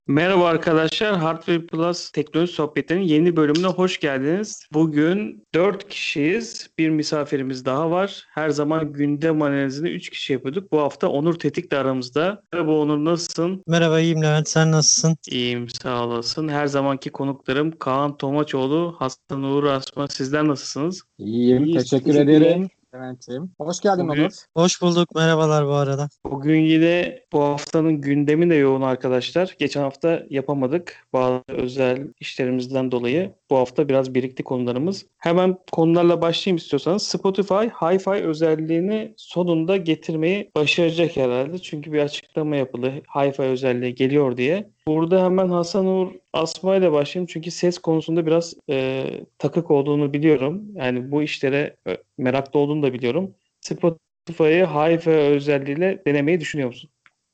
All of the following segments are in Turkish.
Merhaba arkadaşlar, Hardware Plus teknoloji sohbetlerinin yeni bölümüne hoş geldiniz. Bugün 4 kişiyiz, bir misafirimiz daha var. Her zaman gündem analizini 3 kişi yapıyorduk. Bu hafta Onur Tetik de aramızda. Merhaba Onur, nasılsın? Merhaba, iyiyim Levent. Sen nasılsın? İyiyim, sağ olasın. Her zamanki konuklarım Kaan Tomaçoğlu, Hasan Uğur Asma. Sizler nasılsınız? İyiyim, İyiyiz. teşekkür Teşekkürler. ederim. Levent'ciğim. Hoş geldin Bugün Onur. Hoş bulduk. Merhabalar bu arada. Bugün yine bu haftanın gündemi de yoğun arkadaşlar. Geçen hafta yapamadık. Bazı özel işlerimizden dolayı. Bu hafta biraz birikti konularımız. Hemen konularla başlayayım istiyorsanız. Spotify Hi-Fi özelliğini sonunda getirmeyi başaracak herhalde. Çünkü bir açıklama yapıldı. Hi-Fi özelliği geliyor diye. Burada hemen Hasan Uğur Asma ile başlayayım. Çünkü ses konusunda biraz takık olduğunu biliyorum. Yani bu işlere meraklı olduğunu da biliyorum. Spotify'ı Hi-Fi özelliğiyle denemeyi düşünüyor musun?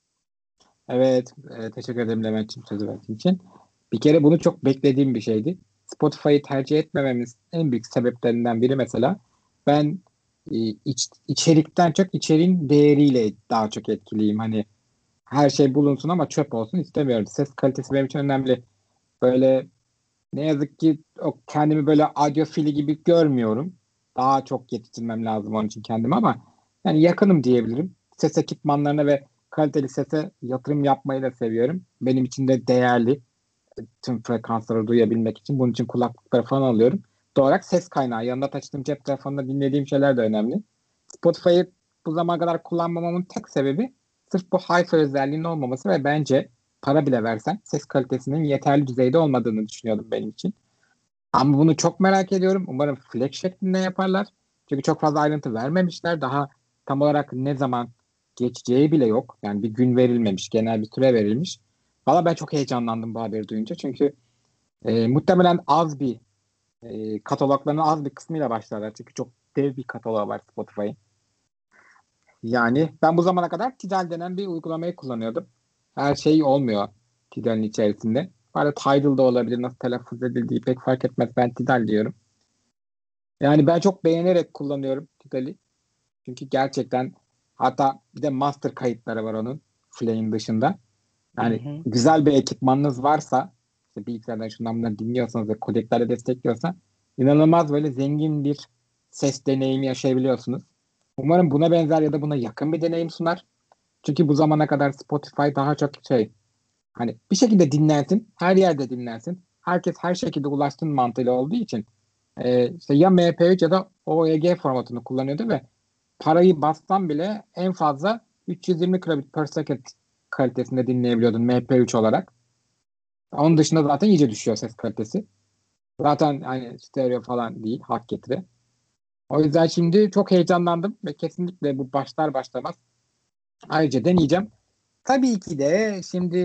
Evet, teşekkür ederim Levent'ciğim sözü verdiğin için. Bir kere bunu çok beklediğim bir şeydi. Spotify'ı tercih etmememin en büyük sebeplerinden biri mesela ben içerikten çok içeriğin değeriyle daha çok etkiliyim. Hani her şey bulunsun ama çöp olsun istemiyorum. Ses kalitesi benim için önemli. Böyle ne yazık ki o kendimi böyle audiofili gibi görmüyorum. Daha çok yetiştirmem lazım onun için kendimi ama yani yakınım diyebilirim. Ses ekipmanlarına ve kaliteli sese yatırım yapmayı da seviyorum. Benim için de değerli tüm frekansları duyabilmek için. Bunun için kulaklıkları falan alıyorum. Doğal olarak ses kaynağı. Yanında taşıdığım cep telefonunda dinlediğim şeyler de önemli. Spotify'ı bu zamana kadar kullanmamamın tek sebebi sırf bu hi-fi özelliğinin olmaması ve bence para bile versen ses kalitesinin yeterli düzeyde olmadığını düşünüyordum benim için. Ama bunu çok merak ediyorum. Umarım flex şeklinde yaparlar. Çünkü çok fazla ayrıntı vermemişler. Daha tam olarak ne zaman geçeceği bile yok. Yani bir gün verilmemiş. Genel bir süre verilmiş. Valla ben çok heyecanlandım bu haberi duyunca. Çünkü muhtemelen az bir kataloglarının az bir kısmıyla başlarlar. Çünkü çok dev bir kataloğu var Spotify'ın. Yani ben bu zamana kadar Tidal denen bir uygulamayı kullanıyordum. Her şey olmuyor Tidal'in içerisinde. Bari Tidal'da olabilir. Nasıl telaffuz edildiği pek fark etmez. Ben Tidal diyorum. Yani ben çok beğenerek kullanıyorum Tidal'i. Çünkü gerçekten hatta bir de master kayıtları var onun Flay'in dışında. Hı Yani hı. güzel bir ekipmanınız varsa işte bilgisayardan şundan bundan dinliyorsanız ve kodeklerle destekliyorsa inanılmaz böyle zengin bir ses deneyimi yaşayabiliyorsunuz. Umarım buna benzer ya da buna yakın bir deneyim sunar. Çünkü bu zamana kadar Spotify daha çok hani bir şekilde dinlensin, her yerde dinlensin. Herkes her şekilde ulaşsın mantığıyla olduğu için işte ya MP3 ya da OEG formatını kullanıyordu ve parayı bassan bile en fazla 320 kilobit per second kalitesinde dinleyebiliyordun MP3 olarak. Onun dışında zaten iyice düşüyor ses kalitesi. Zaten hani stereo falan değil, hak getire. O yüzden şimdi çok heyecanlandım ve kesinlikle bu başlar başlamaz ayrıca deneyeceğim. Tabii ki de şimdi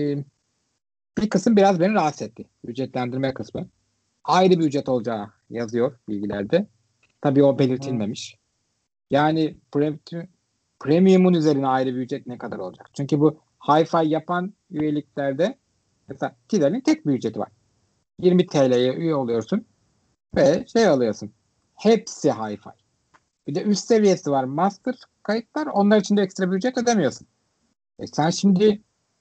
bir kısım biraz beni rahatsız etti. Ücretlendirme kısmı. Ayrı bir ücret olacağı yazıyor bilgilerde. Tabii o Hı hı. belirtilmemiş. Yani premium'un üzerine ayrı bir ücret ne kadar olacak? Çünkü bu Hi-Fi yapan üyeliklerde mesela Tidal'in tek bir ücreti var. 20 TL'ye üye oluyorsun ve şey alıyorsun. Hepsi Hi-Fi. Bir de üst seviyesi var. Master kayıtlar. Onlar için de ekstra bir ücret ödemiyorsun. Sen şimdi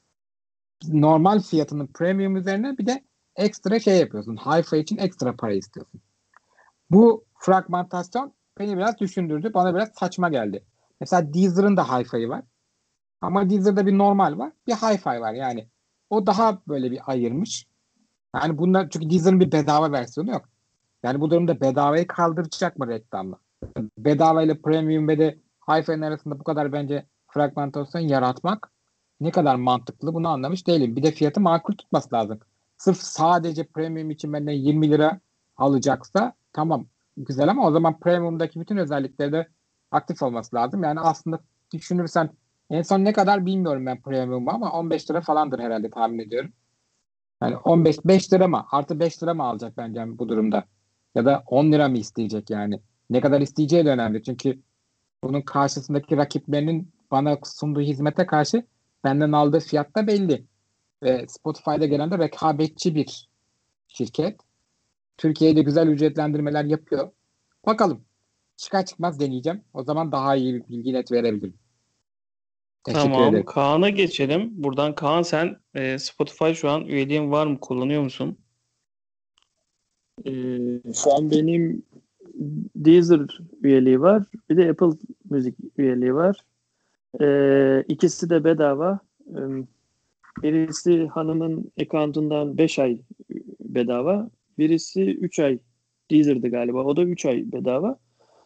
normal fiyatının premium üzerine bir de ekstra şey yapıyorsun. Hi-Fi için ekstra para istiyorsun. Bu fragmentasyon beni biraz düşündürdü. Bana biraz saçma geldi. Mesela Deezer'ın da Hi-Fi'yi var. Ama Deezer'da bir normal var. Bir Hi-Fi var. Yani o daha böyle bir ayırmış. Yani bunlar çünkü Deezer'ın bir bedava versiyonu yok. Yani bu durumda bedavayı kaldıracak mı reklamla? Bedava ile premium ve de Hi-Fi'nin arasında bu kadar bence fragmentasyon yaratmak ne kadar mantıklı bunu anlamış değilim. Bir de fiyatı makul tutması lazım. Sırf sadece premium için benden 20 lira alacaksa tamam güzel ama o zaman premium'daki bütün özellikleri de aktif olması lazım. Yani aslında düşünürsen en son ne kadar bilmiyorum ben premium'u ama 15 lira falandır herhalde tahmin ediyorum. Yani 15 5 lira mı artı 5 lira mı alacak bence bu durumda? Ya da 10 lira mı isteyecek yani? Ne kadar isteyeceği de önemli. Çünkü bunun karşısındaki rakiplerinin bana sunduğu hizmete karşı benden aldığı fiyat da belli. Ve Spotify'da gelen de rekabetçi bir şirket. Türkiye'de güzel ücretlendirmeler yapıyor. Bakalım. Çıkar çıkmaz deneyeceğim. O zaman daha iyi bir bilgi net verebilirim. Teşekkür Tamam. ederim. Kaan'a geçelim. Buradan Kaan sen Spotify şu an üyeliğin var mı? Kullanıyor musun? Şu an benim Deezer üyeliği var. Bir de Apple Müzik üyeliği var. İkisi de bedava. Birisi hanımın account'undan 5 ay bedava. Birisi 3 ay Deezer'dı galiba. O da 3 ay bedava.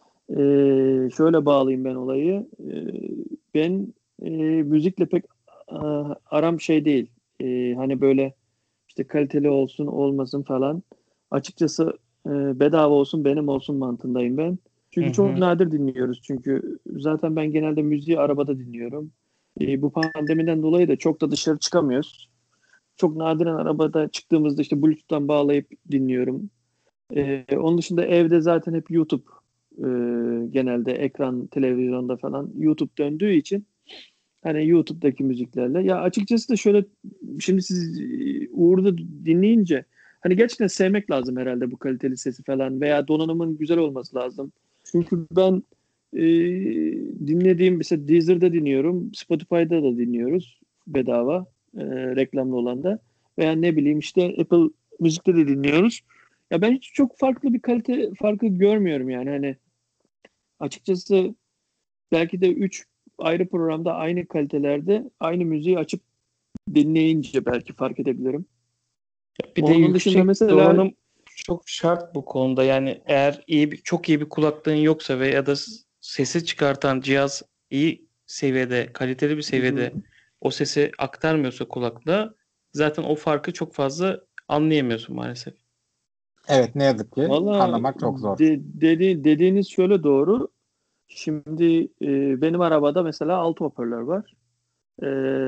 Şöyle bağlayayım ben olayı. Ben müzikle pek aram şey değil. Hani böyle işte kaliteli olsun olmasın falan. Açıkçası bedava olsun benim olsun mantığındayım ben. Çünkü çok nadir dinliyoruz. Çünkü zaten ben genelde müziği arabada dinliyorum. Bu pandemiden dolayı da çok da dışarı çıkamıyoruz. Çok nadiren arabada çıktığımızda işte Bluetooth'tan bağlayıp dinliyorum. Onun dışında evde zaten hep YouTube, genelde ekran, televizyonda falan YouTube döndüğü için hani YouTube'daki müziklerle. Ya açıkçası da şöyle, şimdi siz Uğur'da dinleyince hani gerçekten sevmek lazım herhalde bu kaliteli sesi falan veya donanımın güzel olması lazım. Çünkü ben e, dinlediğim mesela Deezer'da dinliyorum, Spotify'da da dinliyoruz bedava, reklamlı olan da, veya ne bileyim işte Apple Müzik'te de dinliyoruz. Ya ben hiç çok farklı bir kalite farkı görmüyorum yani, hani açıkçası belki de 3 ayrı programda aynı kalitelerde aynı müziği açıp dinleyince belki fark edebilirim. Bir de Onun dışında yüksek mesela donanım çok şart bu konuda. Yani eğer çok iyi bir kulaklığın yoksa ve ya da sesi çıkartan cihaz iyi seviyede, kaliteli bir seviyede o sesi aktarmıyorsa kulaklığa, zaten o farkı çok fazla anlayamıyorsun maalesef. Evet, ne yazık ki valla anlamak çok zor. dediğiniz şöyle doğru. Şimdi benim arabada mesela 6 hoparlör var. E,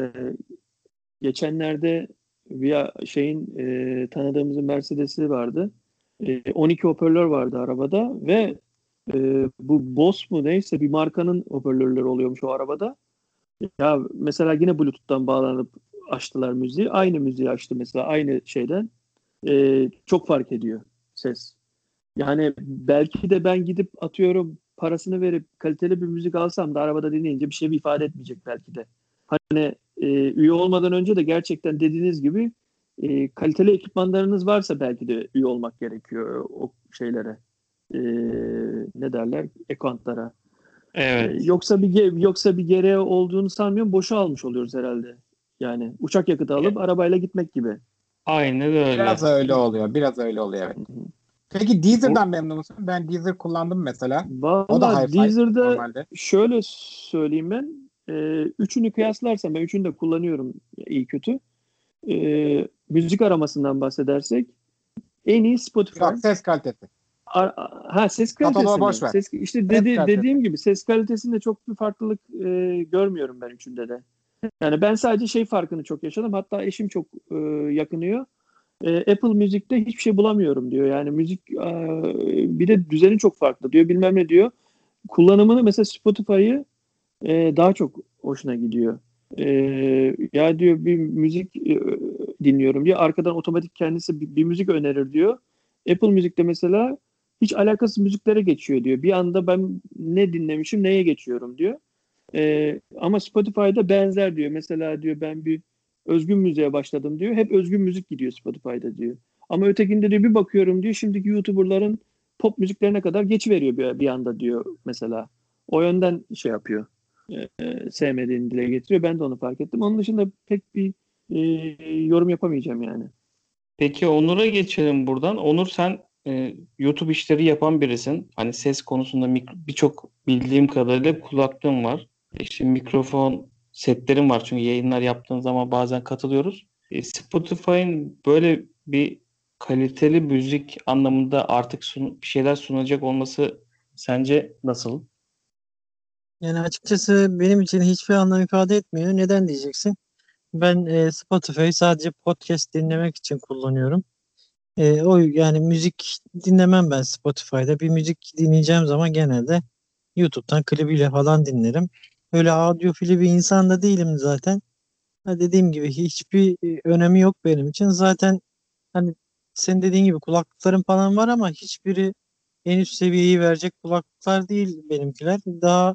Geçenlerde bir şeyin, tanıdığımızın Mercedes'i vardı. 12 hoparlör vardı arabada ve bu Bose mu neyse bir markanın hoparlörleri oluyormuş o arabada. Ya mesela yine Bluetooth'tan bağlanıp açtılar müziği. Aynı müziği açtı mesela aynı şeyden. Çok fark ediyor ses. Yani belki de ben gidip atıyorum parasını verip kaliteli bir müzik alsam da arabada dinleyince bir şey ifade etmeyecek belki de. Hani üye olmadan önce de gerçekten dediğiniz gibi kaliteli ekipmanlarınız varsa belki de üye olmak gerekiyor o şeylere. E, Ne derler? Ekantlara. Evet. Yoksa bir gereği olduğunu sanmıyorum. Boşa almış oluyoruz herhalde. Yani uçak yakıtı alıp arabayla gitmek gibi. Aynen öyle. Biraz öyle oluyor. Biraz öyle oluyor, evet. Peki Deezer'dan memnun musun? Ben Deezer kullandım mesela. O da Valla hi-fi Deezer'da normalde. şöyle söyleyeyim ben. Üçünü kıyaslarsam, ben üçünü de kullanıyorum iyi kötü. Müzik aramasından bahsedersek en iyi Spotify. Yok, ses kalitesi. Ses Kataloğu kalitesi boş mi? ver. İşte Ses kalitesi. dediğim gibi ses kalitesinde çok bir farklılık görmüyorum ben üçünde de. Yani ben sadece şey farkını çok yaşadım. Hatta eşim çok yakınıyor. Apple Müzik'te hiçbir şey bulamıyorum diyor. Yani müzik bir de düzeni çok farklı diyor. Bilmem ne diyor. Kullanımını mesela Spotify'ı daha çok hoşuna gidiyor. Ya diyor bir müzik dinliyorum diyor. Arkadan otomatik kendisi bir müzik önerir diyor. Apple Müzik'te mesela hiç alakasız müziklere geçiyor diyor. Bir anda ben ne dinlemişim neye geçiyorum diyor. Ama Spotify'da benzer diyor. Mesela diyor ben bir özgün müziğe başladım diyor. Hep özgün müzik gidiyor Spotify'da diyor. Ama ötekinde diyor bir bakıyorum diyor. Şimdiki YouTuber'ların pop müziklerine kadar geçiveriyor bir anda diyor mesela. O yönden şey yapıyor. Sevmediğini dile getiriyor. Ben de onu fark ettim. Onun dışında pek bir yorum yapamayacağım yani. Peki Onur'a geçelim buradan. Onur, sen YouTube işleri yapan birisin. Hani ses konusunda birçok bildiğim kadarıyla kulaklığın var. İşte mikrofon setlerin var. Çünkü yayınlar yaptığın zaman bazen katılıyoruz. Spotify'ın böyle bir kaliteli müzik anlamında artık bir şeyler sunacak olması sence nasıl? Yani açıkçası benim için hiçbir anlam ifade etmiyor. Neden diyeceksin? Ben Spotify'ı sadece podcast dinlemek için kullanıyorum. O yani müzik dinlemem ben Spotify'da. Bir müzik dinleyeceğim zaman genelde YouTube'dan klibiyle falan dinlerim. Öyle audiofili bir insan da değilim zaten. Ha, dediğim gibi hiçbir önemi yok benim için. Zaten hani senin dediğin gibi kulaklıklarım falan var ama hiçbiri en üst seviyeyi verecek kulaklıklar değil benimkiler. Daha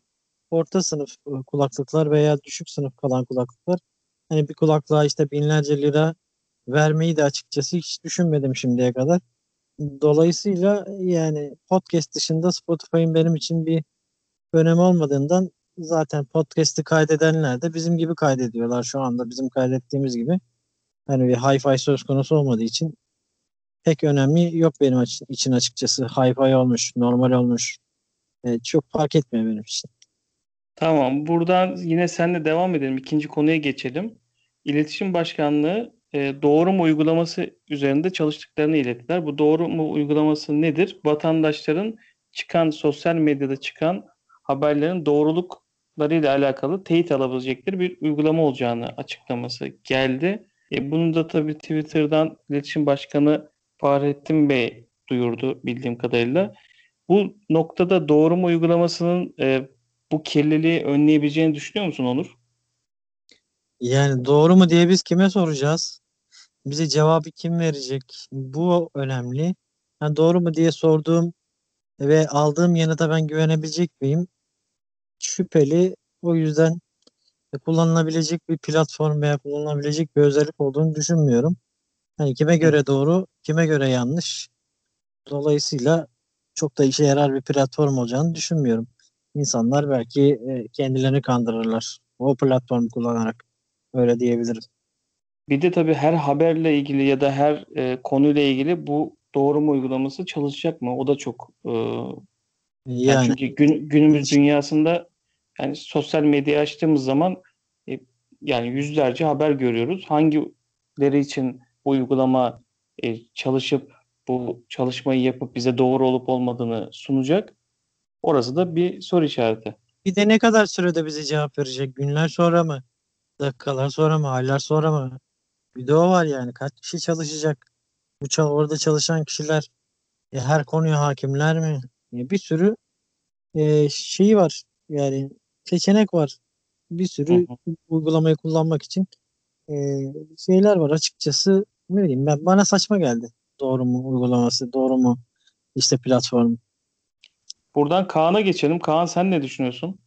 orta sınıf kulaklıklar veya düşük sınıf kalan kulaklıklar. Hani bir kulaklığa işte binlerce lira vermeyi de açıkçası hiç düşünmedim şimdiye kadar. Dolayısıyla yani podcast dışında Spotify'ın benim için bir önemi olmadığından zaten podcast'i kaydedenler de bizim gibi kaydediyorlar şu anda bizim kaydettiğimiz gibi. Hani bir hi-fi söz konusu olmadığı için pek önemi yok benim için açıkçası. Hi-fi olmuş, normal olmuş. Çok fark etmiyor benim için. Tamam. Buradan yine seninle devam edelim. İkinci konuya geçelim. İletişim Başkanlığı Doğru mu uygulaması üzerinde çalıştıklarını ilettiler. Bu Doğru mu uygulaması nedir? Vatandaşların sosyal medyada çıkan haberlerin doğruluklarıyla alakalı teyit alabilecekleri bir uygulama olacağını açıklaması geldi. Bunu da tabii Twitter'dan İletişim Başkanı Fahrettin Bey duyurdu bildiğim kadarıyla. Bu noktada Doğru mu uygulamasının bu kirliliği önleyebileceğini düşünüyor musun Onur? Yani doğru mu diye biz kime soracağız? Bize cevabı kim verecek? Bu önemli. Yani doğru mu diye sorduğum ve aldığım yanıta ben güvenebilecek miyim? Şüpheli. O yüzden kullanılabilecek bir platform veya kullanılabilecek bir özellik olduğunu düşünmüyorum. Hani kime Hı. göre doğru, kime göre yanlış. Dolayısıyla çok da işe yarar bir platform olacağını düşünmüyorum. İnsanlar belki kendilerini kandırırlar. O platformu kullanarak öyle diyebilirim. Bir de tabii her haberle ilgili ya da her konuyla ilgili bu Doğru mu uygulaması çalışacak mı? O da çok yani Yani çünkü günümüz dünyasında yani sosyal medyayı açtığımız zaman e, yani yüzlerce haber görüyoruz. Hangileri için bu uygulama çalışıp bu çalışmayı yapıp bize doğru olup olmadığını sunacak? Orası da bir soru işareti. bir de ne kadar sürede bize cevap verecek? Günler sonra mı? Dakikalar sonra mı? Aylar sonra mı? Bir de o var yani. Kaç kişi çalışacak? Orada çalışan kişiler her konuya hakimler mi? Bir sürü şeyi var. Yani seçenek var. Bir Hı sürü hı. uygulamayı kullanmak için e, şeyler var. Açıkçası ne bileyim ben bana saçma geldi. Doğru mu uygulaması? Doğru mu işte platform? Buradan Kaan'a geçelim. Kaan sen ne düşünüyorsun?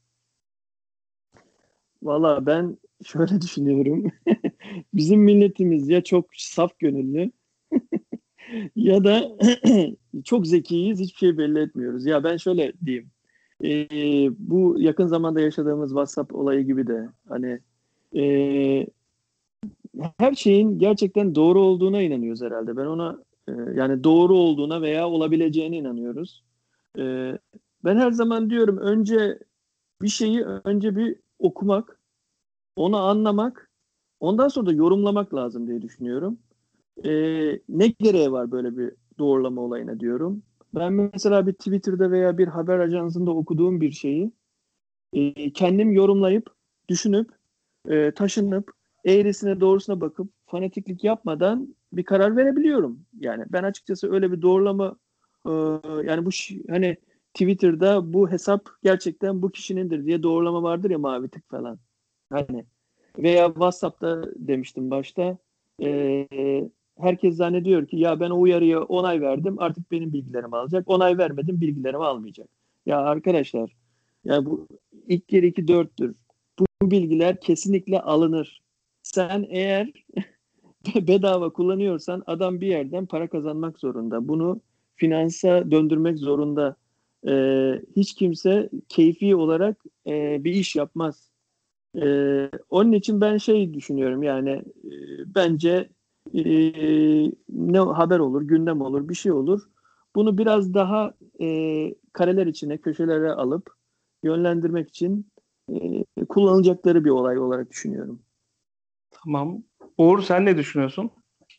Valla ben şöyle düşünüyorum. Bizim milletimiz ya çok saf gönüllü ya da çok zekiyiz, hiçbir şey belli etmiyoruz. Ya ben şöyle diyeyim. Bu yakın zamanda yaşadığımız WhatsApp olayı gibi de hani e, her şeyin gerçekten doğru olduğuna inanıyoruz herhalde. Ben ona yani doğru olduğuna veya olabileceğine inanıyoruz. E, Ben her zaman diyorum önce bir şeyi önce bir okumak, onu anlamak, ondan sonra da yorumlamak lazım diye düşünüyorum. Ne gereği var böyle bir doğrulama olayına diyorum. Ben mesela bir Twitter'da veya bir haber ajansında okuduğum bir şeyi kendim yorumlayıp, düşünüp, taşınıp, eğrisine doğrusuna bakıp fanatiklik yapmadan bir karar verebiliyorum. Yani ben açıkçası öyle bir doğrulama e, yani hani Twitter'da bu hesap gerçekten bu kişinindir diye doğrulama vardır ya mavi tık falan. Hani veya WhatsApp'ta demiştim başta herkes zannediyor ki ya ben o uyarıya onay verdim artık benim bilgilerimi alacak. Onay vermedim bilgilerimi almayacak. Ya arkadaşlar ya bu ilk kere 2 dörttür. Bu bilgiler kesinlikle alınır. Sen eğer bedava kullanıyorsan adam bir yerden para kazanmak zorunda. Bunu finansa döndürmek zorunda. Hiç kimse keyfi olarak bir iş yapmaz. Onun için ben şey düşünüyorum yani bence e, ne haber olur, gündem olur, bir şey olur. Bunu biraz daha kareler içine, köşelere alıp yönlendirmek için kullanılacakları bir olay olarak düşünüyorum. Tamam. Uğur sen ne düşünüyorsun?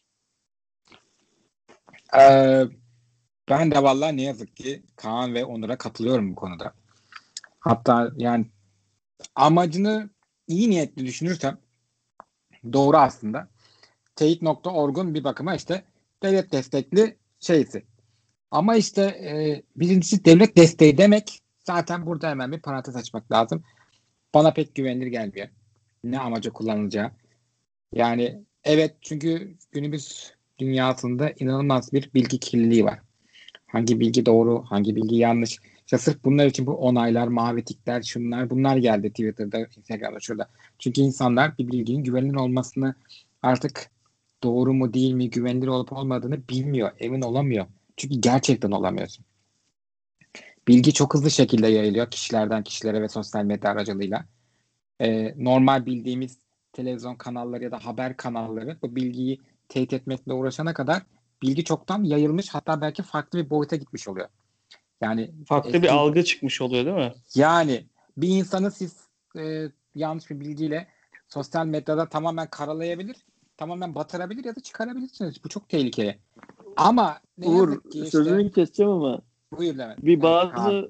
Ee, Ben de vallahi ne yazık ki Kaan ve Onur'a katılıyorum bu konuda. Hatta yani amacını iyi niyetli düşünürsem doğru aslında. Teyit.org'un bir bakıma işte devlet destekli şeysi. Ama işte birincisi devlet desteği demek zaten burada hemen bir parantez açmak lazım. Bana pek güvenilir gelmiyor. Ne amaca kullanılacağı. Yani evet çünkü günümüz dünyasında inanılmaz bir bilgi kirliliği var. Hangi bilgi doğru, hangi bilgi yanlış. İşte sırf bunlar için bu onaylar, mavi tikler, şunlar bunlar geldi Twitter'da, Instagram'da, şurada. Çünkü insanlar bir bilginin güvenilir olmasını artık doğru mu değil mi, güvenilir olup olmadığını bilmiyor, emin olamıyor. Çünkü gerçekten olamıyorsun. Bilgi çok hızlı şekilde yayılıyor kişilerden kişilere ve sosyal medya aracılığıyla. Normal bildiğimiz televizyon kanalları ya da haber kanalları bu bilgiyi teyit etmekle uğraşana kadar bilgi çoktan yayılmış, hatta belki farklı bir boyuta gitmiş oluyor. Yani Farklı bir algı çıkmış oluyor değil mi? yani bir insanı siz yanlış bir bilgiyle sosyal medyada tamamen karalayabilir, tamamen batırabilir ya da çıkarabilirsiniz. Bu çok tehlikeli. Ama ne Uğur, yazık ki işte sözünü keseceğim ama buyur Levent. bir Evet, bazı Kaan.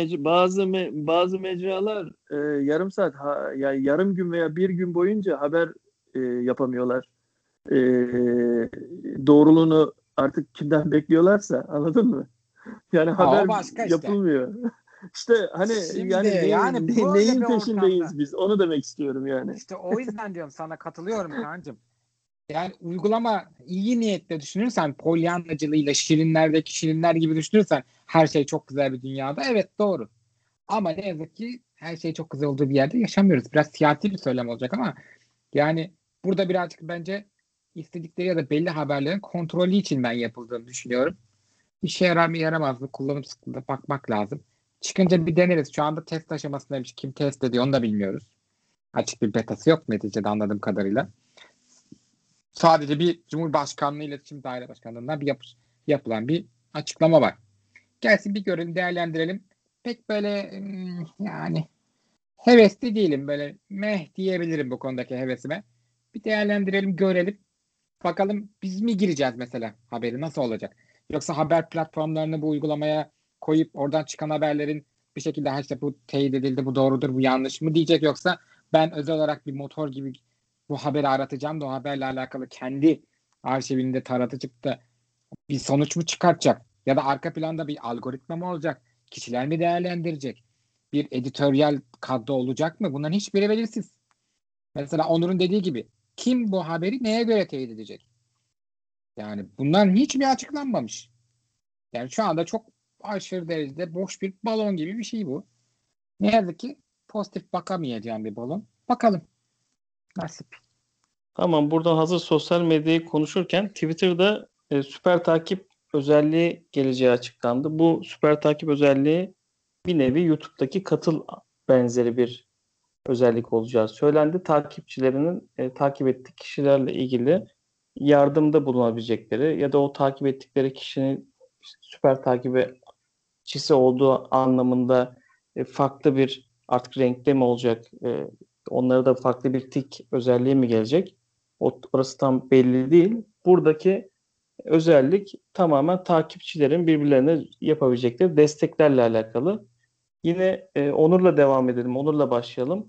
bazı mecralar yarım saat ya yarım gün veya bir gün boyunca haber yapamıyorlar. E, Doğruluğunu artık kimden bekliyorlarsa, anladın mı? Yani Ha, haber o başka işte. yapılmıyor. İşte hani Şimdi yani yani böyle neyin bir ortamda peşindeyiz biz? Onu demek istiyorum yani. işte o yüzden diyorum, sana katılıyorum Kaan'cığım. Yani uygulama iyi niyetle düşünürsen, polyanlacılığıyla, şirinlerdeki şirinler gibi düşünürsen her şey çok güzel bir dünyada. Evet, doğru. Ama ne yazık ki her şey çok güzel olduğu bir yerde yaşamıyoruz. Biraz siyasi bir söylem olacak ama yani burada birazcık bence istedikleri ya da belli haberlerin kontrolü için ben yapıldığını düşünüyorum. İşe yarar mı yaramaz mı, kullanım sıklığına bakmak lazım. Çıkınca bir deneriz. Şu anda test aşamasındaymış. Kim test ediyor onu da bilmiyoruz. Açık bir betası yok neticede anladığım kadarıyla. Sadece bir Cumhurbaşkanlığı İletişim Daire Başkanlığı'ndan yapılan bir açıklama var. Gelsin bir görelim, değerlendirelim. Pek böyle yani hevesli değilim. Böyle meh diyebilirim bu konudaki hevesime. Bir değerlendirelim, görelim. Bakalım biz mi gireceğiz mesela, haberi nasıl olacak? Yoksa haber platformlarını bu uygulamaya koyup oradan çıkan haberlerin bir şekilde ha işte bu teyit edildi, bu doğrudur, bu yanlış mı diyecek, yoksa ben özel olarak bir motor gibi bu haberi aratacağım da o haberle alakalı kendi arşivinde taratıcıp da bir sonuç mu çıkartacak? Ya da arka planda bir algoritma mı olacak? Kişiler mi değerlendirecek? Bir editoryal kadro olacak mı? Bunların hiçbiri belirsiz. Mesela Onur'un dediği gibi kim bu haberi neye göre teyit edecek? Yani bunların hiçbir açıklanmamış. Yani şu anda çok aşırı derecede boş bir balon gibi bir şey bu. Ne yazık ki pozitif bakamayacağım bir balon. Bakalım. Nasip. Tamam, buradan hazır sosyal medyayı konuşurken Twitter'da süper takip özelliği geleceği açıklandı. Bu süper takip özelliği bir nevi YouTube'daki katıl benzeri bir özellik olacağı söylendi. Takipçilerinin takip ettiği kişilerle ilgili yardımda bulunabilecekleri ya da o takip ettikleri kişinin işte süper takipçisi olduğu anlamında farklı bir artık renkte mi olacak? Onlara da farklı bir tik özelliği mi gelecek? Orası tam belli değil. Buradaki özellik tamamen takipçilerin birbirlerine yapabilecekleri desteklerle alakalı. Yine Onur'la devam edelim. Onur'la başlayalım.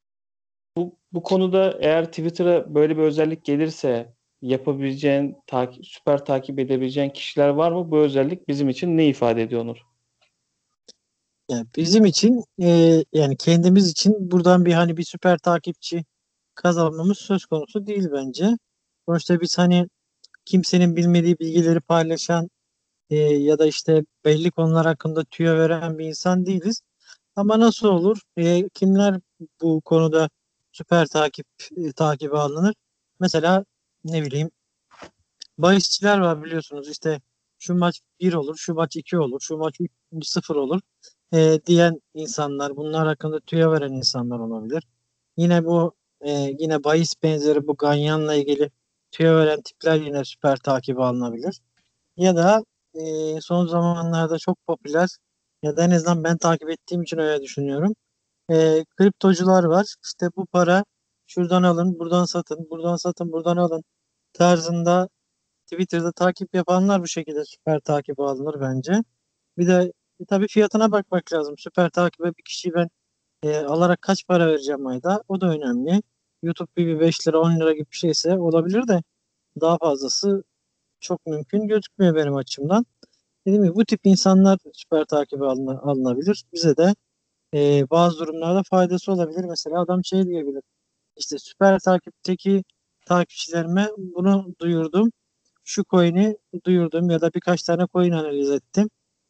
Bu konuda eğer Twitter'a böyle bir özellik gelirse yapabileceğin, süper takip edebileceğin kişiler var mı? Bu özellik bizim için ne ifade ediyor Onur? Yani bizim için yani kendimiz için buradan bir hani bir süper takipçi kazanmamız söz konusu değil bence. Sonuçta biz hani kimsenin bilmediği bilgileri paylaşan ya da işte belli konular hakkında tüyo veren bir insan değiliz. Ama nasıl olur? Kimler bu konuda süper takibe alınır? Mesela ne bileyim bahisçiler var biliyorsunuz işte şu maç bir olur, şu maç 2 olur, şu maç 3-0 olur diyen insanlar, bunlar hakkında tüyo veren insanlar olabilir. Yine bu yine bahis benzeri bu ganyanla ilgili tüyo veren tipler yine süper takibe alınabilir. Ya da son zamanlarda çok popüler ya da en azından ben takip ettiğim için öyle düşünüyorum. Kriptocular var. İşte bu para şuradan alın, buradan satın, buradan satın, buradan alın tarzında Twitter'da takip yapanlar bu şekilde süper takip alınır bence. Bir de tabii fiyatına bakmak lazım. Süper takibe bir kişiyi ben alarak kaç para vereceğim ayda? O da önemli. YouTube bir 5 lira 10 lira gibi bir şeyse olabilir de daha fazlası çok mümkün gözükmüyor benim açımdan. Dediğim gibi bu tip insanlar süper takibe alınabilir. Bize de bazı durumlarda faydası olabilir. Mesela adam şey diyebilir. İşte süper takipteki takipçilerime bunu duyurdum. Şu coin'i duyurdum ya da birkaç tane coin analiz ettim.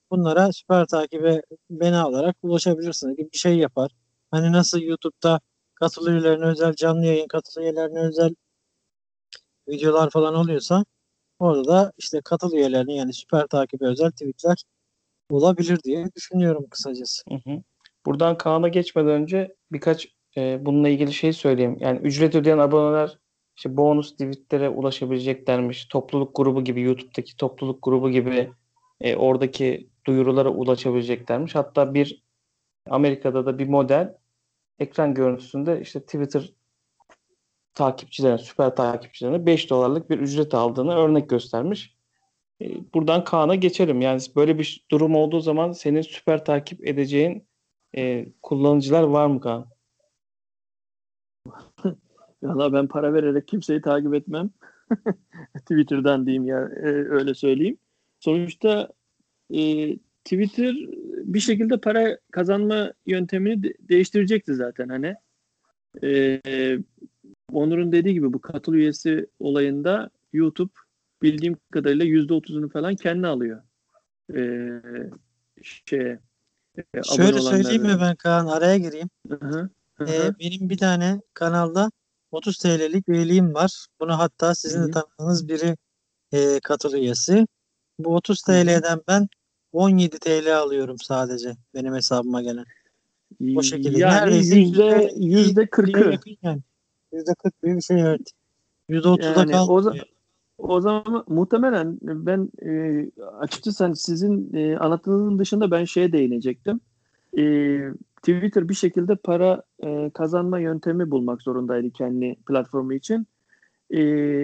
bunlara süper takibe beni alarak ulaşabilirsiniz gibi bir şey yapar. Hani nasıl YouTube'da katıl üyelerine özel canlı yayın, katıl üyelerine özel videolar falan oluyorsa orada da işte katıl üyelerine yani süper takibe özel tweetler olabilir diye düşünüyorum kısacası. Hı hı. Buradan Kaan'a geçmeden önce birkaç bununla ilgili şey söyleyeyim. Yani ücret ödeyen aboneler işte bonus tweetlere ulaşabileceklermiş. Topluluk grubu gibi YouTube'daki topluluk grubu gibi oradaki duyurulara ulaşabileceklermiş. Hatta bir Amerika'da da bir model ekran görüntüsünde işte Twitter takipçilerine, süper takipçilerine $5 bir ücret aldığını örnek göstermiş. Buradan Kaan'a geçelim. Yani böyle bir durum olduğu zaman senin süper takip edeceğin kullanıcılar var mı Kaan? Valla ben para vererek kimseyi takip etmem. Twitter'dan diyeyim ya, öyle söyleyeyim. Sonuçta e, Twitter bir şekilde para kazanma yöntemini değiştirecekti zaten hani. E, Onur'un dediği gibi bu katıl üyesi olayında YouTube bildiğim kadarıyla %30'unu falan kendi alıyor. E, şeye Abone Şöyle söyleyeyim mi olanların. ben Kaan araya gireyim. Hı hı, hı hı, Benim bir tane kanalda 30 TL'lik üyeliğim var. Bunu hatta hı sizin de hı, tanıdığınız biri katıl üyesi. Bu 30 hı hı. TL'den ben 17 TL alıyorum sadece benim hesabıma gelen. O şekilde. Yani Neredeyse yüzde %50'ye 40'ı. yakın yani. %40 gibi bir şey evet. %30'da Yani kalmıyor. o zaman muhtemelen ben açıkçası hani sizin anlattığınızın dışında ben şeye değinecektim. E, Twitter bir şekilde para kazanma yöntemi bulmak zorundaydı kendi platformu için. E,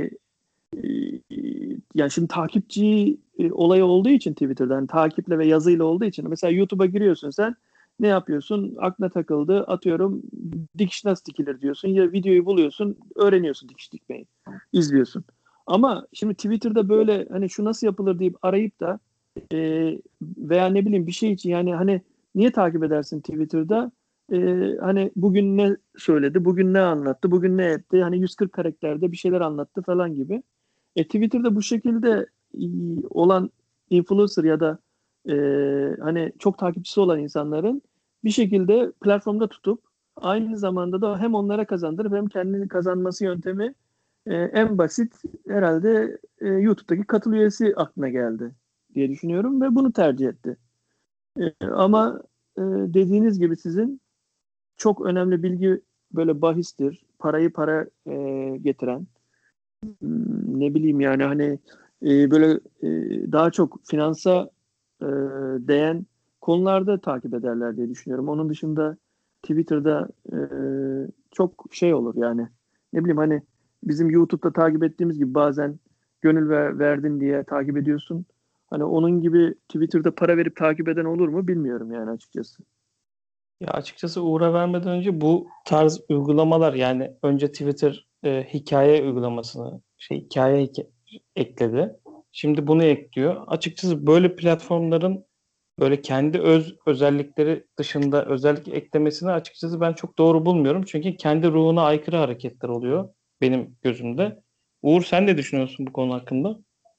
Yani şimdi takipçi olayı olduğu için Twitter'dan yani takiple ve yazıyla olduğu için mesela YouTube'a giriyorsun sen, ne yapıyorsun? Aklına takıldı, atıyorum dikiş nasıl dikilir diyorsun ya, videoyu buluyorsun, öğreniyorsun dikiş dikmeyi, izliyorsun. Ama şimdi Twitter'da böyle hani şu nasıl yapılır deyip arayıp da e, veya ne bileyim bir şey için, yani hani niye takip edersin Twitter'da? E, Hani bugün ne söyledi, bugün ne anlattı, bugün ne etti, hani 140 karakterde bir şeyler anlattı falan gibi. Twitter'da bu şekilde olan influencer ya da e, hani çok takipçisi olan insanların bir şekilde platformda tutup aynı zamanda da hem onlara kazandırıp hem kendini kazanması yöntemi en basit herhalde YouTube'daki katıl üyesi aklına geldi diye düşünüyorum ve bunu tercih etti. Ama dediğiniz gibi sizin çok önemli bilgi böyle bahistir. Parayı para getiren, ne bileyim yani hani böyle daha çok finansa e, değen konularda takip ederler diye düşünüyorum. Onun dışında Twitter'da çok şey olur yani, ne bileyim hani bizim YouTube'da takip ettiğimiz gibi bazen gönül verdin diye takip ediyorsun. Hani onun gibi Twitter'da para verip takip eden olur mu bilmiyorum yani açıkçası. Ya açıkçası Uğur'a vermeden önce bu tarz uygulamalar yani önce Twitter hikaye uygulamasını ekledi. Şimdi bunu ekliyor. Açıkçası böyle platformların böyle kendi öz özellikleri dışında özellik eklemesini açıkçası ben çok doğru bulmuyorum. Çünkü kendi ruhuna aykırı hareketler oluyor benim gözümde. Uğur sen ne düşünüyorsun bu konu hakkında?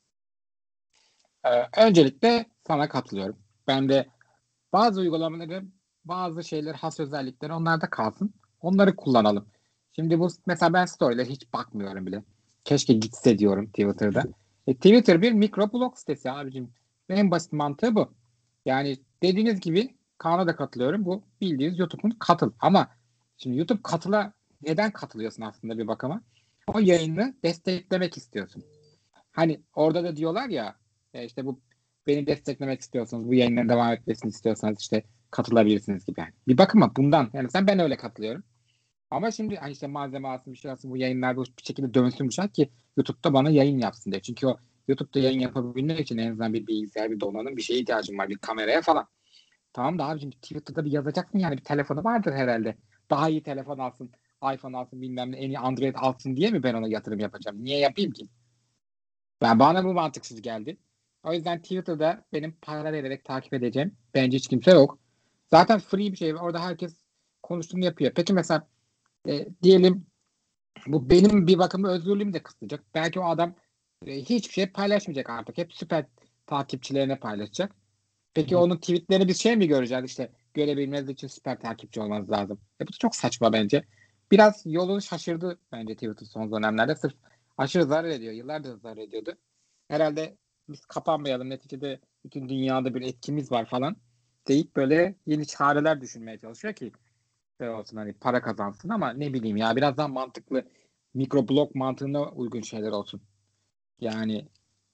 Öncelikle sana katılıyorum. Ben de bazı uygulamaları, bazı şeyler, has özellikleri onlarda kalsın. Onları kullanalım. Şimdi bu mesela ben story'lere hiç bakmıyorum bile. Keşke gitse diyorum Twitter'da. Twitter bir mikroblog sitesi abicim. En basit mantığı bu. Yani dediğiniz gibi Kaan'a da katılıyorum. Bu bildiğiniz YouTube'un katıl. Ama şimdi YouTube katıla neden katılıyorsun aslında bir bakıma? O yayını desteklemek istiyorsun. Hani orada da diyorlar ya işte bu beni desteklemek istiyorsanız, bu yayınların devam etmesini istiyorsanız işte katılabilirsiniz gibi. Yani. Bir bakıma bundan yani ben öyle katılıyorum. Ama şimdi hani işte malzeme alsın bir şey alsın bu yayınlar bir şekilde dönsün bu şart ki YouTube'da bana yayın yapsın diye. Çünkü o YouTube'da yayın yapabilmek için en azından bir bilgisayar, bir donanım, bir şeye ihtiyacım var. Bir kameraya falan. Tamam da abicim Twitter'da bir yazacaksın yani bir telefonu vardır herhalde. Daha iyi telefon alsın, iPhone alsın bilmem ne en iyi Android alsın diye mi ben ona yatırım yapacağım? Niye yapayım ki? Ben bana bu mantıksız geldi. O yüzden Twitter'da benim para vererek takip edeceğim. Bence hiç kimse yok. Zaten free bir şey. Orada herkes konuştuğunu yapıyor. Peki mesela diyelim bu benim bir bakıma özgürlüğümü de kısıtlayacak. Belki o adam hiçbir şey paylaşmayacak artık. Hep süper takipçilerine paylaşacak. Peki onun tweetlerini biz şey mi göreceğiz, işte görebilmeniz için süper takipçi olmanız lazım. Bu da çok saçma bence. Biraz yolunu şaşırdı bence Twitter son dönemlerde. Sırf aşırı zarar ediyor. Yıllardır zarar ediyordu. Herhalde biz kapanmayalım, neticede bütün dünyada bir etkimiz var falan deyip böyle yeni çareler düşünmeye çalışıyor ki şey olsun, hani para kazansın, ama ne bileyim ya, biraz daha mantıklı mikroblog mantığına uygun şeyler olsun. Yani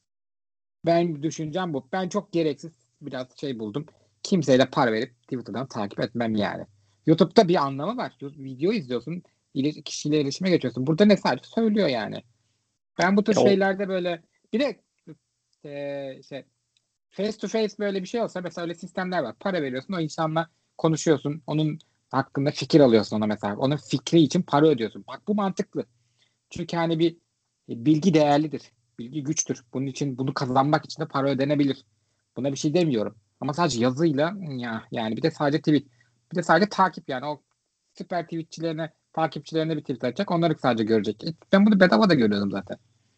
ben düşüncem bu. Ben çok gereksiz biraz şey buldum. Kimseyle para verip Twitter'dan takip etmem yani. YouTube'da bir anlamı var. Video izliyorsun, kişiyle iletişime geçiyorsun. Burada ne, sadece söylüyor yani. Ben bu tür Ya o şeylerde böyle, bir de şey, face to face böyle bir şey olsa mesela, öyle sistemler var. Para veriyorsun, o insanla konuşuyorsun. Onun hakkında fikir alıyorsun ona mesela. Onun fikri için para ödüyorsun. Bak, bu mantıklı. Çünkü hani bir bilgi değerlidir. Bilgi güçtür. Bunun için, bunu kazanmak için de para ödenebilir. Buna bir şey demiyorum. Ama sadece yazıyla ya, yani bir de sadece tweet. Bir de sadece takip, yani o süper tweetçilerine, takipçilerine bir tweet atacak. Onları sadece görecek. Ben bunu bedava da görüyordum zaten.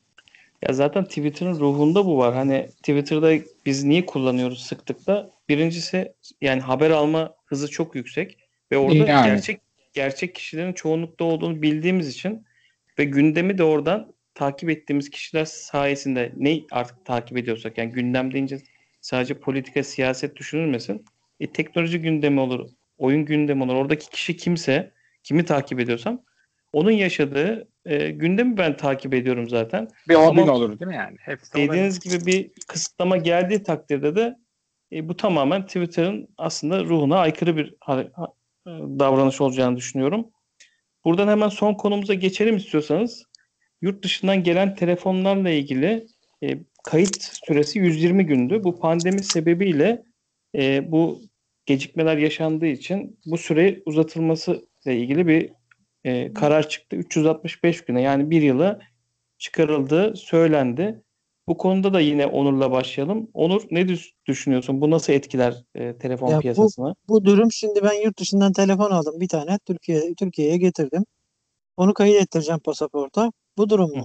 Ya zaten Twitter'ın ruhunda bu var. Hani Twitter'da biz niye kullanıyoruz sıklıkla? Birincisi, yani haber alma hızı çok yüksek ve orada Yani gerçek kişilerin çoğunlukta olduğunu bildiğimiz için ve gündemi de oradan takip ettiğimiz kişiler sayesinde ne artık takip ediyorsak, yani gündem deyince sadece politika, siyaset düşünülmesin. Teknoloji gündemi olur, oyun gündemi olur. Oradaki kişi kimse, kimi takip ediyorsam onun yaşadığı gündemi ben takip ediyorum zaten. bir hobin Ama olur değil mi yani? Hepsi olabilir. dediğiniz gibi bir kısıtlama geldiği takdirde de bu tamamen Twitter'ın aslında ruhuna aykırı bir davranış olacağını düşünüyorum. Buradan hemen son konumuza geçelim istiyorsanız. Yurt dışından gelen telefonlarla ilgili kayıt süresi 120 gündü. Bu pandemi sebebiyle bu gecikmeler yaşandığı için bu süre uzatılması ile ilgili bir karar çıktı. 365 güne, yani bir yıla çıkarıldığı söylendi. Bu konuda da yine Onur'la başlayalım. Onur, ne düşünüyorsun? Bu nasıl etkiler telefon Ya bu piyasasını? bu durum, şimdi ben yurt dışından telefon aldım bir tane, Türkiye'ye getirdim. Onu kayıt ettireceğim pasaporta. Bu durum Hı. mu?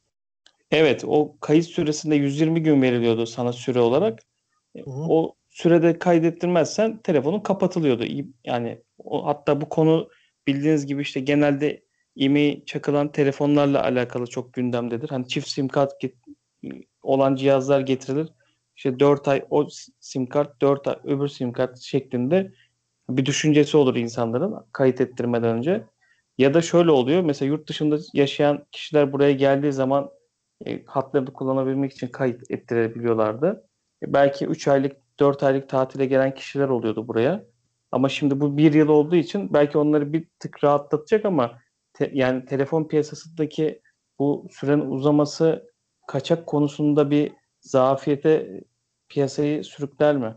Evet, o kayıt süresinde 120 gün veriliyordu sana süre olarak. Hı hı. O sürede kaydettirmezsen telefonun kapatılıyordu. Yani hatta bu konu bildiğiniz gibi işte genelde IMEI çakılan telefonlarla alakalı çok gündemdedir. Hani çift sim kart olan cihazlar getirilir. İşte 4 ay o sim kart, 4 ay öbür sim kart şeklinde bir düşüncesi olur insanların kayıt ettirmeden önce. Ya da şöyle oluyor. Mesela yurt dışında yaşayan kişiler buraya geldiği zaman hatlarını kullanabilmek için kayıt ettirebiliyorlardı. Belki 3 aylık, 4 aylık tatile gelen kişiler oluyordu buraya. Ama şimdi bu bir yıl olduğu için belki onları bir tık rahatlatacak, ama yani telefon piyasasındaki bu sürenin uzaması kaçak konusunda bir zafiyete piyasayı sürükler mi?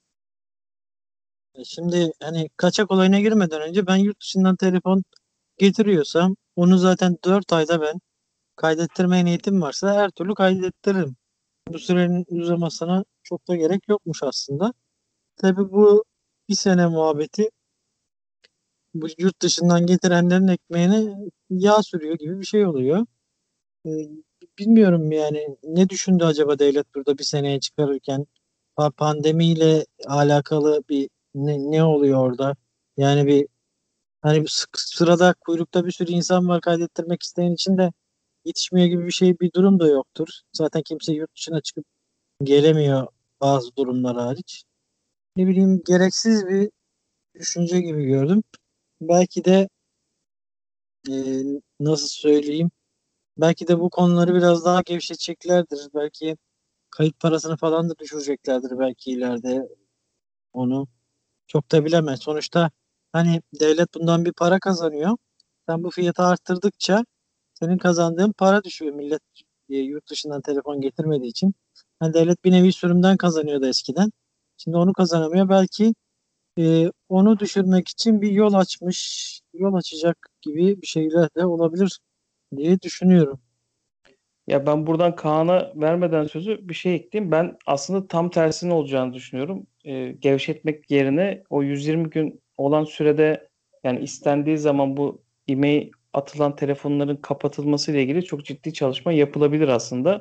Şimdi hani kaçak olayına girmeden önce, ben yurt dışından telefon getiriyorsam onu zaten 4 ayda ben kaydettirmeye niyetim varsa her türlü kaydettiririm. Bu sürenin uzamasına çok da gerek yokmuş aslında. Tabii bu bir sene muhabbeti bu yurt dışından getirenlerin ekmeğine yağ sürüyor gibi bir şey oluyor. Ee, Bilmiyorum yani, ne düşündü acaba devlet burada bir seneye çıkarırken? Pandemiyle alakalı bir ne oluyor orada? Yani bir, hani bir sırada, kuyrukta bir sürü insan var, kaydettirmek isteyen için de yetişmiyor gibi bir şey, bir durum da yoktur. Zaten kimse yurt dışına çıkıp gelemiyor bazı durumlar hariç. Ne bileyim, gereksiz bir düşünce gibi gördüm. Belki de e, nasıl söyleyeyim? Belki de bu konuları biraz daha gevşeteceklerdir. Belki kayıt parasını falan da düşüreceklerdir belki ileride onu. Çok da bilemez. Sonuçta hani devlet bundan bir para kazanıyor. Sen bu fiyatı arttırdıkça senin kazandığın para düşüyor. Millet yurt dışından telefon getirmediği için. Hani devlet bir nevi sürümden kazanıyordu eskiden. Şimdi onu kazanamıyor. Belki onu düşürmek için bir yol açmış, yol açacak gibi bir şeyler de olabilir diye düşünüyorum. Ya ben buradan Kaan'a vermeden sözü bir şey ekleyeyim. Ben aslında tam tersinin olacağını düşünüyorum. Gevşetmek yerine o 120 gün olan sürede, yani istendiği zaman bu e-mail atılan telefonların kapatılması ile ilgili çok ciddi çalışma yapılabilir aslında.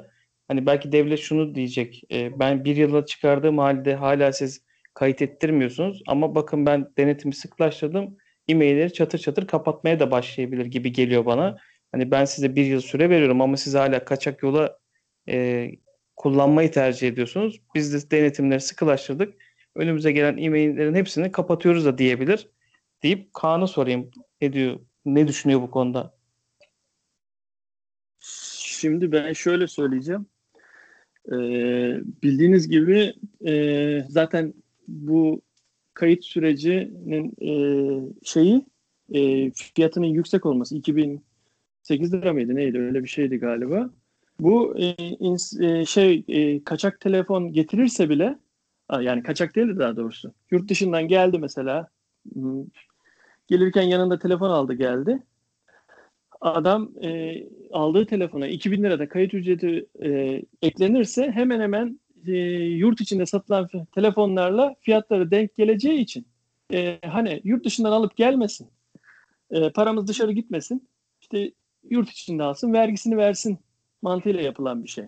Hani belki devlet şunu diyecek. Ben bir yıla çıkardığım halde hala siz kayıt ettirmiyorsunuz. Ama bakın ben denetimi sıklaştırdım. E-mailleri çatır çatır kapatmaya da başlayabilir gibi geliyor bana. Hani ben size bir yıl süre veriyorum ama siz hala kaçak yola e, kullanmayı tercih ediyorsunuz. Biz de denetimleri sıkılaştırdık. Önümüze gelen e-maillerin hepsini kapatıyoruz da diyebilir. Deyip Kaan'a sorayım. Ne diyor? Ne düşünüyor bu konuda? Şimdi ben şöyle söyleyeceğim. Bildiğiniz gibi zaten bu kayıt sürecinin fiyatının yüksek olması 2008 lira mıydı neydi öyle bir şeydi galiba. Bu kaçak telefon getirirse bile yani kaçak değildi daha doğrusu. Yurt dışından geldi mesela. Gelirken yanında telefon aldı geldi. Adam aldığı telefona 2000 lirada kayıt ücreti eklenirse hemen hemen yurt içinde satılan telefonlarla fiyatları denk geleceği için hani yurt dışından alıp gelmesin, paramız dışarı gitmesin, işte yurt içinde alsın, vergisini versin mantığıyla yapılan bir şey.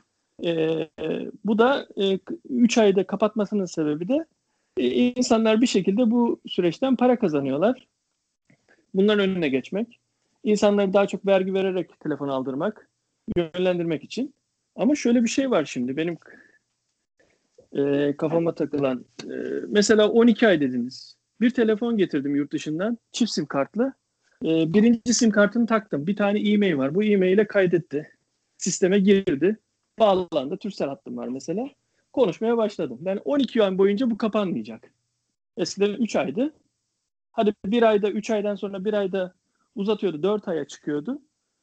Bu da 3 ayda kapatmasının sebebi de insanlar bir şekilde bu süreçten para kazanıyorlar. Bunların önüne geçmek. İnsanları daha çok vergi vererek telefon aldırmak, yönlendirmek için. Ama şöyle bir şey var şimdi benim kafama takılan. Mesela 12 ay dediniz. Bir telefon getirdim yurt dışından, çift sim kartlı. Birinci sim kartını taktım. Bir tane e-mail var. Bu e-mail'e kaydetti. Sisteme girdi. Bağlandı. Turkcell hattım var mesela. Konuşmaya başladım. Ben 12 ay boyunca bu kapanmayacak. Eskiden 3 aydı. Hadi bir ayda, 3 aydan sonra bir ayda uzatıyordu. 4 aya çıkıyordu.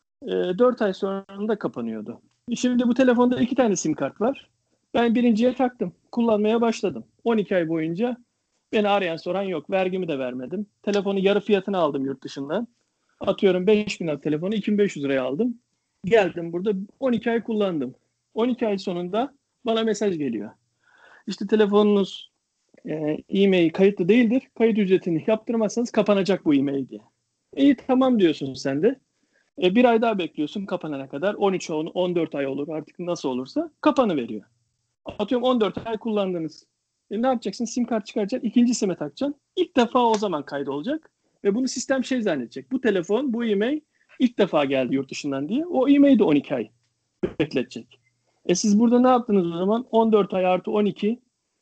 4 ay sonra da kapanıyordu. Şimdi bu telefonda 2 tane sim kart var. Ben birinciye taktım. Kullanmaya başladım. 12 ay boyunca beni arayan soran yok. Vergimi de vermedim. Telefonu yarı fiyatına aldım yurt dışından. Atıyorum 5.000 lira telefonu 2.500 liraya aldım. Geldim burada 12 ay kullandım. 12 ay sonunda bana mesaj geliyor. İşte telefonunuz e-mail kayıtlı değildir. Kayıt ücretini yaptırmazsanız kapanacak bu e-mail diye. İyi tamam diyorsun sen de. Bir ay daha bekliyorsun kapanana kadar. 13 14 ay olur artık nasıl olursa kapanıveriyor. Atıyorum 14 ay kullandınız. Ne yapacaksın? Sim kart çıkaracaksın. İkinci sime takacaksın. İlk defa o zaman kaydolacak. Ve bunu sistem şey zannedecek. Bu telefon, bu e-mail ilk defa geldi yurt dışından diye. O e-mail de 12 ay bekletecek. Siz burada ne yaptınız o zaman? 14 ay artı 12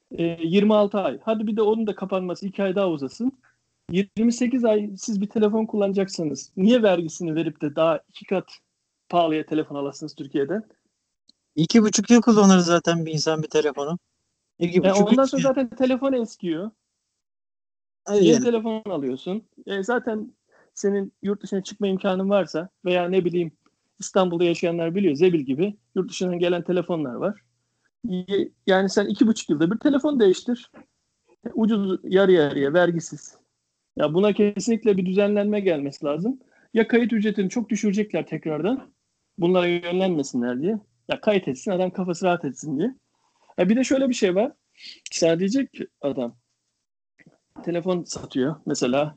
26 ay. Hadi bir de onun da kapanması 2 ay daha uzasın. 28 ay siz bir telefon kullanacaksanız niye vergisini verip de daha 2 kat pahalıya telefon alasınız Türkiye'de? 2,5 yıl kullanır zaten bir insan bir telefonu. 2,5 Ondan üç sonra yıl. zaten telefon eskiyor. Hadi Yeni yani. telefon alıyorsun. Zaten senin yurt dışına çıkma imkanın varsa veya ne bileyim İstanbul'da yaşayanlar biliyor. Zebil gibi yurt dışından gelen telefonlar var. Yani sen 2,5 yılda bir telefon değiştir. Ucuz yarı yarıya vergisiz. Ya buna kesinlikle bir düzenlenme gelmesi lazım. Ya kayıt ücretini çok düşürecekler tekrardan. Bunlara yönlenmesinler diye. Ya kayıt etsin adam kafası rahat etsin diye. Bir de şöyle bir şey var. Sana diyecek ki adam telefon satıyor mesela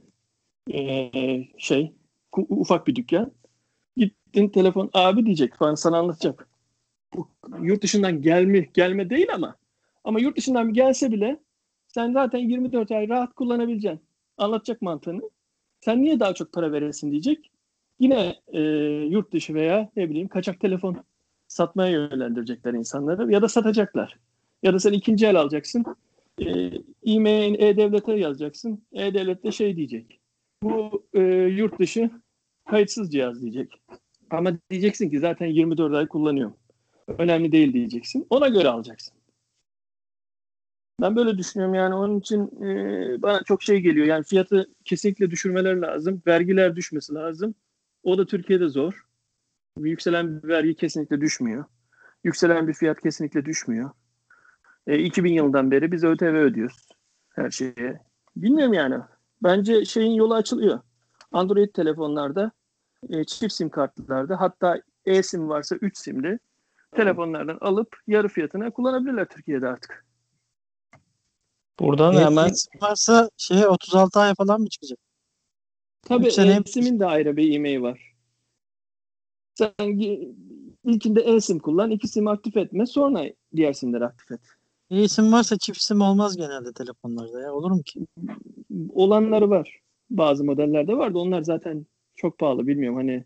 ufak bir dükkan. Gittin telefon abi diyecek falan sana anlatacak. Bu yurt dışından gelme değil ama yurt dışından bir gelse bile sen zaten 24 ay rahat kullanabileceksin. Anlatacak mantığını. Sen niye daha çok para veresin diyecek. Yine yurt dışı veya ne bileyim kaçak telefon satmaya yönlendirecekler insanları ya da satacaklar. Ya da sen ikinci el alacaksın. E-mail E-Devlet'e yazacaksın. E-Devlet de şey diyecek. Bu yurt dışı kayıtsız cihaz diyecek. Ama diyeceksin ki zaten 24 ay kullanıyorum. Önemli değil diyeceksin. Ona göre alacaksın. Ben böyle düşünüyorum yani onun için bana çok şey geliyor. Yani fiyatı kesinlikle düşürmeleri lazım. Vergiler düşmesi lazım. O da Türkiye'de zor. Yükselen bir vergi kesinlikle düşmüyor. Yükselen bir fiyat kesinlikle düşmüyor. 2000 yılından beri biz ÖTV ödüyoruz her şeye. Bilmiyorum yani. Bence şeyin yolu açılıyor. Android telefonlarda, çift sim kartlarda hatta e-sim varsa 3 simli telefonlardan alıp yarı fiyatına kullanabilirler Türkiye'de artık. Buradan hemen Varsa 36 ay falan mı çıkacak? Tabii 3 sene e-simin de ayrı bir e-mail var. Sen İlkinde eSIM kullan, 2 SIM aktif etme, sonra diğer SIM'leri aktif et. İsim varsa çift sim olmaz genelde telefonlarda ya. Olur mu ki? Olanları var. Bazı modellerde var da onlar zaten çok pahalı. Bilmiyorum hani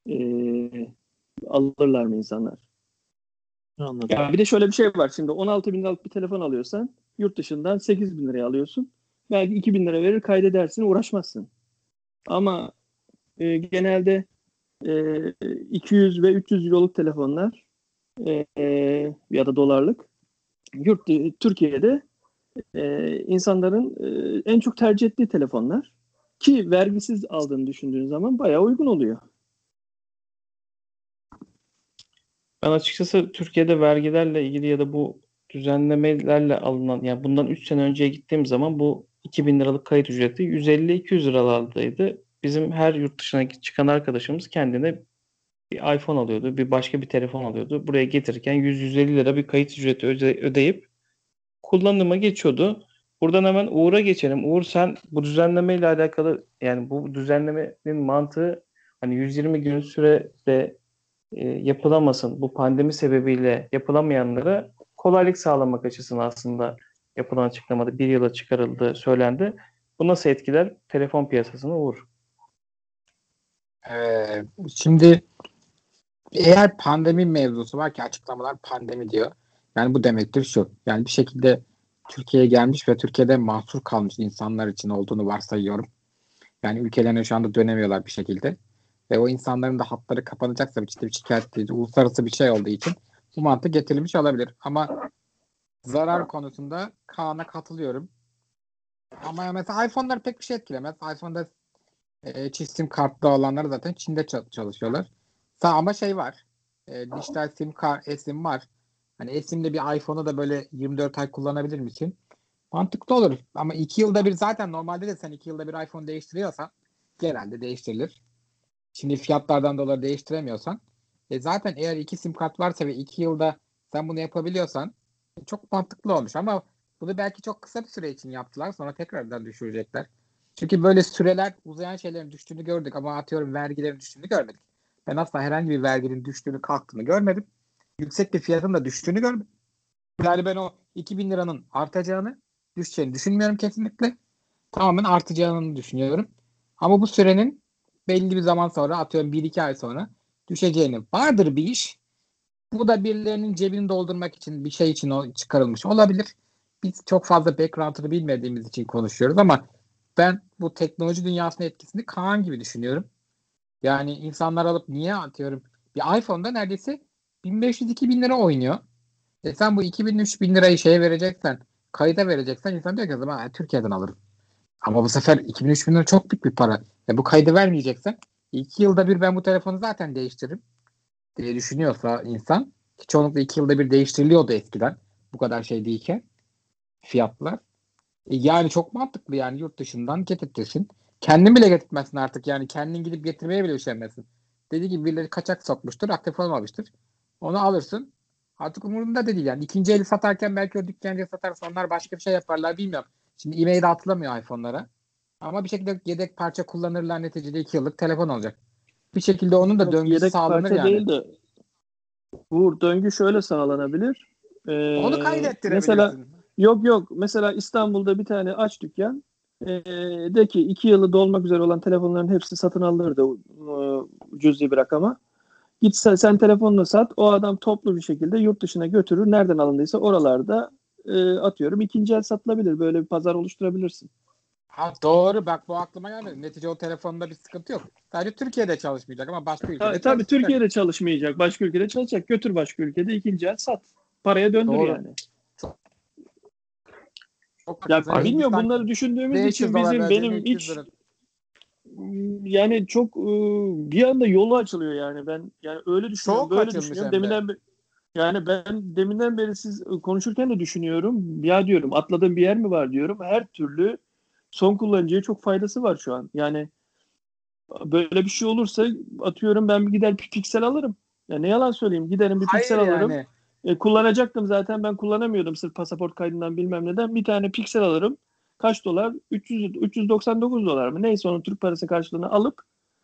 alırlar mı insanlar? Anladım. Ya bir de şöyle bir şey var. Şimdi 16 bin liralık bir telefon alıyorsan yurt dışından 8 bin liraya alıyorsun. Belki 2 bin lira verir kaydedersin, uğraşmazsın. Ama genelde 200 ve 300 euroluk telefonlar ya da dolarlık Türkiye'de insanların en çok tercih ettiği telefonlar, ki vergisiz aldığını düşündüğün zaman bayağı uygun oluyor. Ben açıkçası Türkiye'de vergilerle ilgili ya da bu düzenlemelerle alınan, yani bundan 3 sene önceye gittiğim zaman bu 2000 liralık kayıt ücreti 150-200 liralardaydı. Bizim her yurt dışına çıkan arkadaşımız kendine bir iPhone alıyordu, bir başka bir telefon alıyordu. Buraya getirirken 100-150 lira bir kayıt ücreti ödeyip kullanıma geçiyordu. Buradan hemen Uğur'a geçelim. Uğur, sen bu düzenlemeyle alakalı, yani bu düzenlemenin mantığı hani 120 gün sürede yapılamasın, bu pandemi sebebiyle yapılamayanlara kolaylık sağlamak açısından aslında yapılan açıklamada bir yıla çıkarıldığı söylendi. Bu nasıl etkiler telefon piyasasını, Uğur? Şimdi eğer pandemi mevzusu var ki açıklamalar pandemi diyor. Yani bu demektir şu. Yani bir şekilde Türkiye'ye gelmiş ve Türkiye'de mahsur kalmış insanlar için olduğunu varsayıyorum. Yani ülkelerine şu anda dönemiyorlar bir şekilde. Ve o insanların da hatları kapanacaksa işte bir şikayet değil, uluslararası bir şey olduğu için bu mantık getirilmiş olabilir. Ama zarar konusunda Kaan'a katılıyorum. Ama mesela iPhone'lar pek bir şey etkilemez. iPhone'da çift sim kartlı olanlar zaten Çin'de çalışıyorlar. Ama şey var. Dijital sim kart, eSIM var. Hani eSIM'de bir iPhone'u da böyle 24 ay kullanabilir misin? Mantıklı olur. Ama 2 yılda bir, zaten normalde de sen 2 yılda bir iPhone değiştiriyorsan genelde değiştirilir. Şimdi fiyatlardan dolayı değiştiremiyorsan zaten eğer 2 sim kart varsa ve 2 yılda sen bunu yapabiliyorsan çok mantıklı olmuş. Ama bunu belki çok kısa bir süre için yaptılar. Sonra tekrardan düşürecekler. Çünkü böyle süreler uzayan şeylerin düştüğünü gördük ama atıyorum vergilerin düştüğünü görmedik. Ben asla herhangi bir verginin düştüğünü, kalktığını görmedim. Yüksek bir fiyatın da düştüğünü görmedim. Yani ben o 2000 liranın artacağını, düşeceğini düşünmüyorum kesinlikle. Tamamen artacağını düşünüyorum. Ama bu sürenin belli bir zaman sonra, atıyorum 1-2 ay sonra düşeceğini, vardır bir iş. Bu da birilerinin cebini doldurmak için, bir şey için çıkarılmış olabilir. Biz çok fazla background'ını bilmediğimiz için konuşuyoruz ama ben bu teknoloji dünyasının etkisini Kaan gibi düşünüyorum. Yani insanlar alıp niye, atıyorum bir iPhone'da neredeyse 1500-2000 lira oynuyor. Sen bu 2000-3000 lirayı şeye vereceksen, kayıda vereceksen, insan diyor ki o zaman Türkiye'den alırım. Ama bu sefer 2000-3000 lira çok büyük bir para. Bu kaydı vermeyeceksen 2 yılda bir ben bu telefonu zaten değiştiririm diye düşünüyorsa insan, ki çoğunlukla 2 yılda bir değiştiriliyordu eskiden bu kadar şey değilken fiyatlar. Yani çok mantıklı, yani yurt dışından getirtirsin. Kendin bile getirtmezsin artık, yani kendin gidip getirmeye bile üşenmezsin. Dediği gibi birileri kaçak sokmuştur, aktif olmamıştır. Onu alırsın. Artık umurunda da değil yani. İkinci eli satarken belki o dükkancıya satarsa onlar başka bir şey yaparlar, bilmiyorum. Şimdi e-mail atılamıyor iPhone'lara. Ama bir şekilde yedek parça kullanırlar, neticede 2 yıllık telefon olacak. Bir şekilde onun da Yok, döngüsü yedek sağlanır parça yani. değil de bu döngü şöyle sağlanabilir. Onu Mesela kaydettirebilirsin. yok mesela İstanbul'da bir tane aç dükkan, de ki 2 yılı dolmak üzere olan telefonların hepsi satın alınırdı cüzi bir rakama. Git sen telefonunu sat, o adam toplu bir şekilde yurt dışına götürür. Nereden alındıysa oralarda atıyorum ikinci el satılabilir. Böyle bir pazar oluşturabilirsin. Ha, doğru, bak bu aklıma gelmedi. Netice o telefonda bir sıkıntı yok. Sadece Türkiye'de çalışmayacak ama başka ülkede Tabii çalışacak. Türkiye'de çalışmayacak. Başka ülkede çalışacak. Götür başka ülkede ikinci el sat. Paraya döndür Doğru. yani. Çok, çok Ya haklısın. bilmiyorum, Hindistan bunları düşündüğümüz 500 için dolar vereceğine benim 200 hiç lira. yani çok bir anda yolu açılıyor yani. Ben yani öyle düşünüyorum, Çok böyle açılmış düşünüyorum. hem de. Yani ben deminden beri siz konuşurken de düşünüyorum. Ya diyorum, atladığım bir yer mi var diyorum. Her türlü son kullanıcıya çok faydası var şu an. Yani böyle bir şey olursa atıyorum ben bir gider bir piksel alırım. Ya ne yalan söyleyeyim, giderim bir piksel Hayır alırım. yani. Kullanacaktım zaten, ben kullanamıyordum sırf pasaport kaydından bilmem neden. Bir tane piksel alırım. Kaç dolar? 399 dolar mı? Neyse, onun Türk parası karşılığını alıp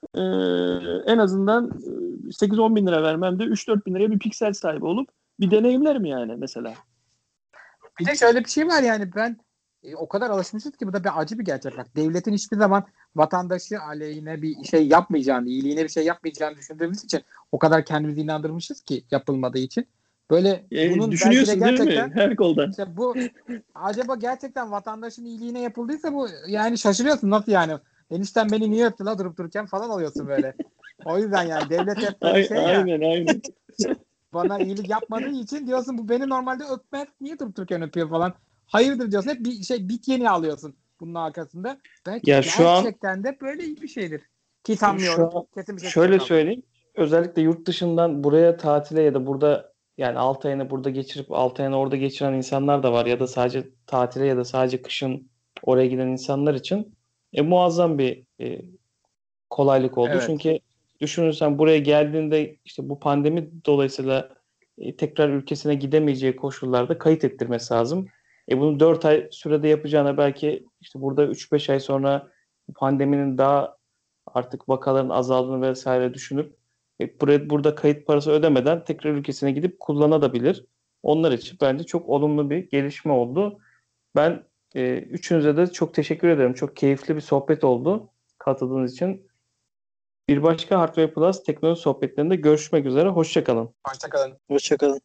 en azından 8-10 bin lira vermem de 3-4 bin liraya bir piksel sahibi olup bir deneyimlerim yani mesela. Bir de şöyle bir şey var yani ben o kadar alışmışız ki bu da bir acı bir gerçek. Bak devletin hiçbir zaman vatandaşı aleyhine bir şey yapmayacağını, iyiliğine bir şey yapmayacağını düşündüğümüz için o kadar kendimizi inandırmışız ki yapılmadığı için. Böyle bunun belki de Düşünüyorsun değil mi? gerçekten Her koldan. işte bu acaba gerçekten vatandaşın iyiliğine yapıldıysa bu yani şaşırıyorsun nasıl yani? Enişten beni niye öptü la durup dururken falan oluyorsun böyle. O yüzden yani devlet hep böyle şey ya Aynen. bana iyilik yapmadığı için diyorsun bu beni normalde öpmez niye durup dururken öpüyor falan. Hayırdır diyorsun hep bir şey bit yeni alıyorsun bunun arkasında. Belki Ya şu an gerçekten de böyle iyi bir şeydir. Ki sanmıyorum. şu an Kesin bir şey şöyle çıkacak. söyleyeyim. Özellikle yurt dışından buraya tatile ya da burada yani 6 ayını burada geçirip 6 ayını orada geçiren insanlar da var ya da sadece tatile ya da sadece kışın oraya giden insanlar için muazzam bir kolaylık oldu. Evet. Çünkü düşünürsen buraya geldiğinde işte bu pandemi dolayısıyla tekrar ülkesine gidemeyeceği koşullarda kayıt ettirmesi lazım. Bunu 4 ay sürede yapacağına belki işte burada 3-5 ay sonra pandeminin daha artık vakaların azaldığını vesaire düşünüp burada kayıt parası ödemeden tekrar ülkesine gidip kullanabilir. Onlar için bence çok olumlu bir gelişme oldu. Ben üçünüze de çok teşekkür ederim. Çok keyifli bir sohbet oldu katıldığınız için. Bir başka Hardware Plus teknoloji sohbetlerinde görüşmek üzere. Hoşça kalın. Hoşçakalın. Hoşça kalın.